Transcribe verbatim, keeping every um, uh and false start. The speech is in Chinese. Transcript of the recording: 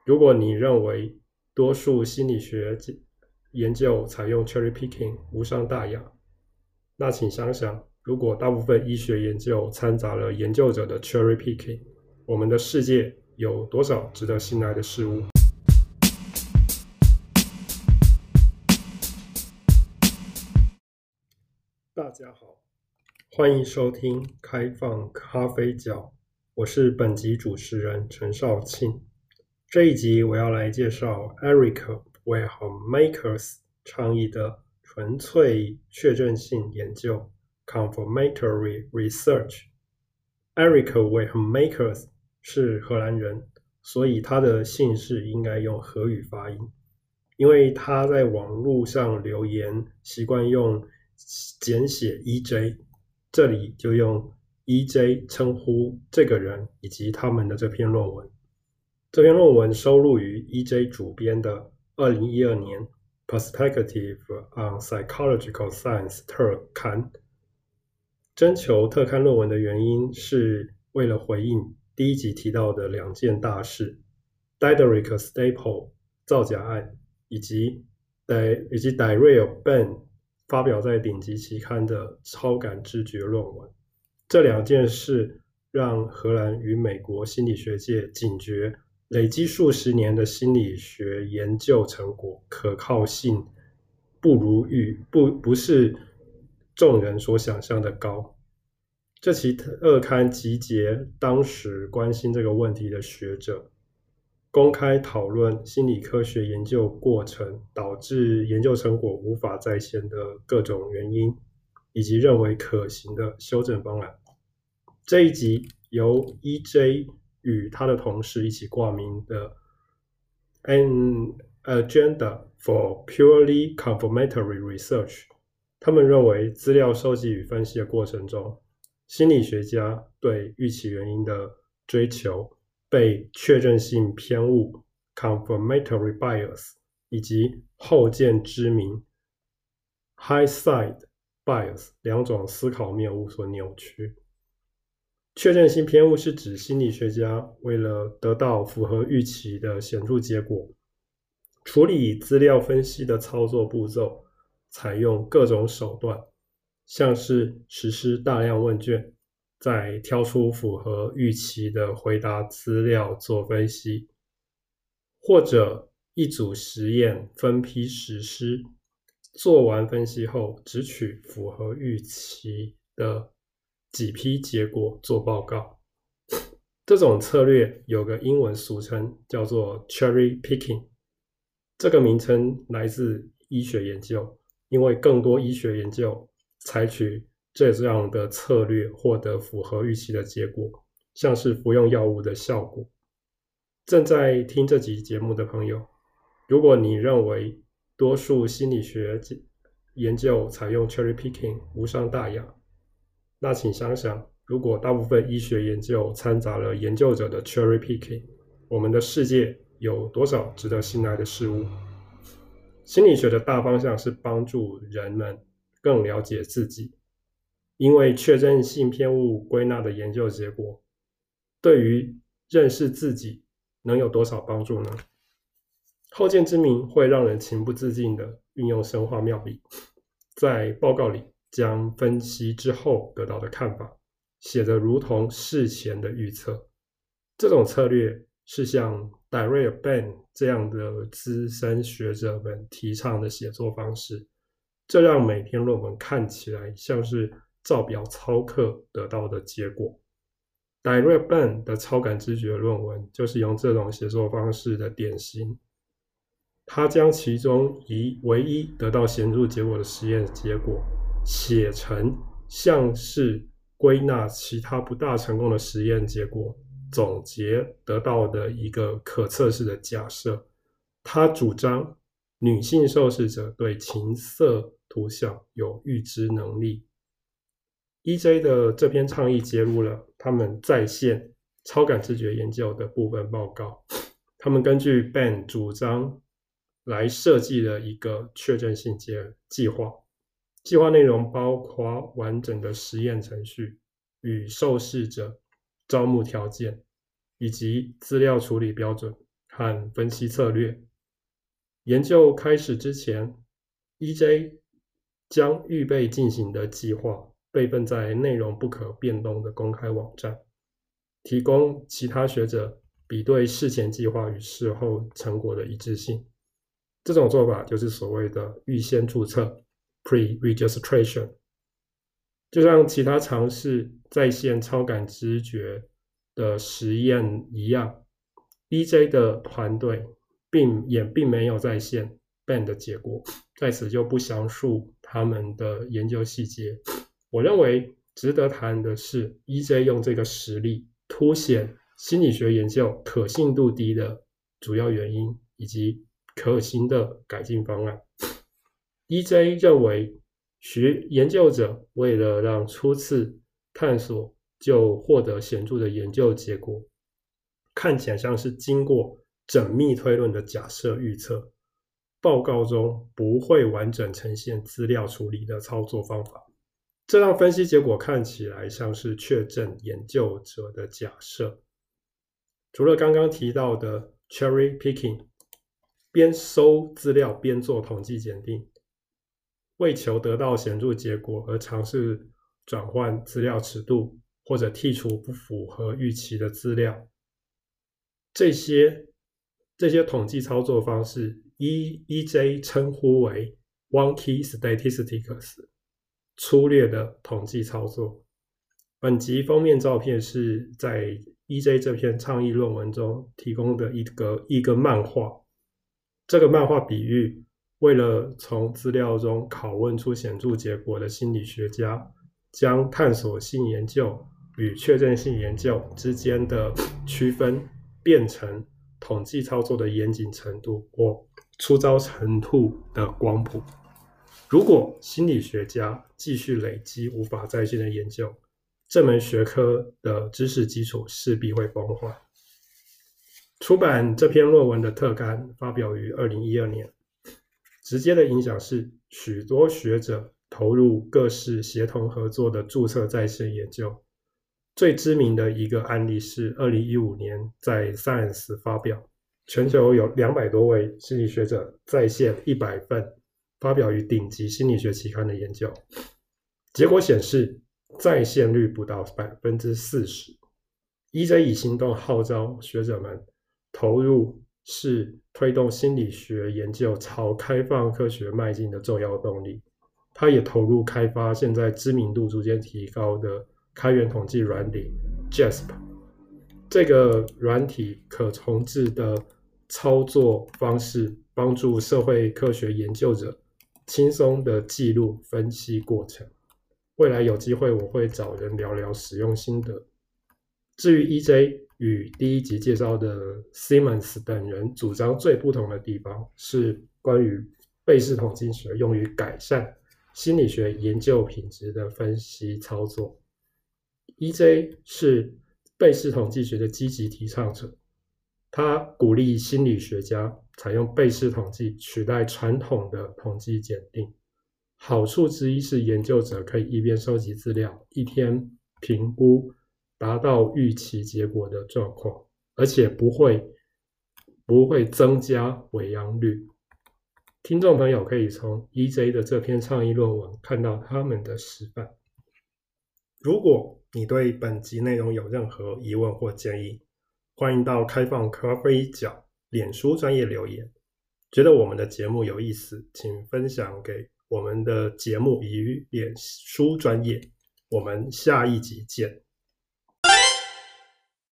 如果你认为多数心理学研究采用 cherry picking 无伤大雅，那请想想，如果大部分医学研究掺杂了研究者的 cherry picking， 我们的世界有多少值得信赖的事物？大家好，欢迎收听开放咖啡角，我是本集主持人陈少庆。这一集我要来介绍 Eric Weihenmaker 倡议的纯粹确证性研究 Confirmatory Research。Eric Weihenmaker 是荷兰人，所以他的姓氏应该用荷语发音，因为他在网络上留言习惯用简写 E J， 这里就用 E J 称呼这个人以及他们的这篇论文。这篇论文收录于 E J 主编的二零一二年 Perspective on Psychological Science 特刊。征求特刊论文的原因是为了回应第一集提到的两件大事， Diederik Staples 造假案以及以及 Daryl Ben 发表在顶级期刊的超感知觉论文。这两件事让荷兰与美国心理学界警觉累积数十年的心理学研究成果可靠性不如预不不是众人所想象的高。这期特刊集结当时关心这个问题的学者，公开讨论心理科学研究过程导致研究成果无法再现的各种原因，以及认为可行的修正方案。这一集由 E J 与他的同事一起挂名的 An Agenda for Purely Confirmatory Research。 他们认为资料收集与分析的过程中，心理学家对预期原因的追求被确证性偏误 confirmatory bias 以及后见之明 hindsight bias 两种思考谬误所扭曲。确证性偏误是指心理学家为了得到符合预期的显著结果，处理资料分析的操作步骤采用各种手段，像是实施大量问卷，再挑出符合预期的回答资料做分析，或者一组实验分批实施，做完分析后只取符合预期的几批结果做报告。这种策略有个英文俗称叫做 cherry picking， 这个名称来自医学研究，因为更多医学研究采取这样的策略获得符合预期的结果，像是服用药物的效果。正在听这集节目的朋友，如果你认为多数心理学研究采用 cherry picking 无伤大雅，那请想想，如果大部分医学研究掺杂了研究者的 cherry picking， 我们的世界有多少值得信赖的事物？心理学的大方向是帮助人们更了解自己，因为确证性偏误归纳的研究结果对于认识自己能有多少帮助呢？后见之明会让人情不自禁地运用生化妙笔，在报告里将分析之后得到的看法写得如同事前的预测。这种策略是像 Daryl Ben 这样的资深学者们提倡的写作方式，这让每篇论文看起来像是照表操课得到的结果。Daryl Ben 的超感知觉论文就是用这种写作方式的典型。他将其中一唯一得到显著结果的实验结果写成像是归纳其他不大成功的实验结果总结得到的一个可测试的假设。他主张女性受试者对情色图像有预知能力。 E J 的这篇倡议揭露了他们在线超感知觉研究的部分报告。他们根据 Ben 主张来设计了一个确证性计划，计划内容包括完整的实验程序与受试者招募条件以及资料处理标准和分析策略。研究开始之前 E J 将预备进行的计划备份在内容不可变动的公开网站，提供其他学者比对事前计划与事后成果的一致性。这种做法就是所谓的预先注册 pre-registration。 就像其他尝试在线超感知觉的实验一样， E J 的团队并也并没有在线 band 的结果，在此就不详述他们的研究细节。我认为值得谈的是 E J 用这个实例凸显心理学研究可信度低的主要原因以及可行的改进方案。 E J 认为学研究者为了让初次探索就获得显著的研究结果，看起来像是经过缜密推论的假设预测，报告中不会完整呈现资料处理的操作方法，这让分析结果看起来像是确证研究者的假设。除了刚刚提到的 cherry picking， 边收资料边做统计检定，为求得到显著结果而尝试转换资料尺度或者剔除不符合预期的资料，这些这些统计操作方式 E J 称呼为 wonky statistics， 粗略的统计操作。本集封面照片是在 E J 这篇倡议论文中提供的一个一个漫画。这个漫画比喻为了从资料中拷问出显著结果的心理学家，将探索性研究与确证性研究之间的区分变成统计操作的严谨程度或粗糙程度的光谱。如果心理学家继续累积无法再现的研究，这门学科的知识基础势必会崩坏。出版这篇论文的特刊发表于二零一二年，直接的影响是许多学者投入各式协同合作的注册在线研究。最知名的一个案例是二零一五年在 Science 发表，全球有两百多位心理学者在线一百份发表于顶级心理学期刊的研究，结果显示在线率不到 百分之四十。 E J 以行动号召学者们投入是推动心理学研究朝开放科学迈进的重要动力。他也投入开发现在知名度逐渐提高的开源统计软体 J A S P。 这个软体可重置的操作方式帮助社会科学研究者轻松的记录分析过程。未来有机会我会找人聊聊使用心得。至于 E J 与第一集介绍的 Simmons 等人主张最不同的地方是关于贝氏统计学用于改善心理学研究品质的分析操作。 E J 是贝氏统计学的积极提倡者，他鼓励心理学家采用贝氏统计取代传统的统计检定。好处之一是研究者可以一边收集资料，一边评估达到预期结果的状况，而且不会不会增加伪阳率。听众朋友可以从 E J 的这篇倡议论文看到他们的示范。如果你对本集内容有任何疑问或建议，欢迎到开放咖啡角脸书专页留言。觉得我们的节目有意思，请分享给我们的节目与脸书专页。我们下一集见。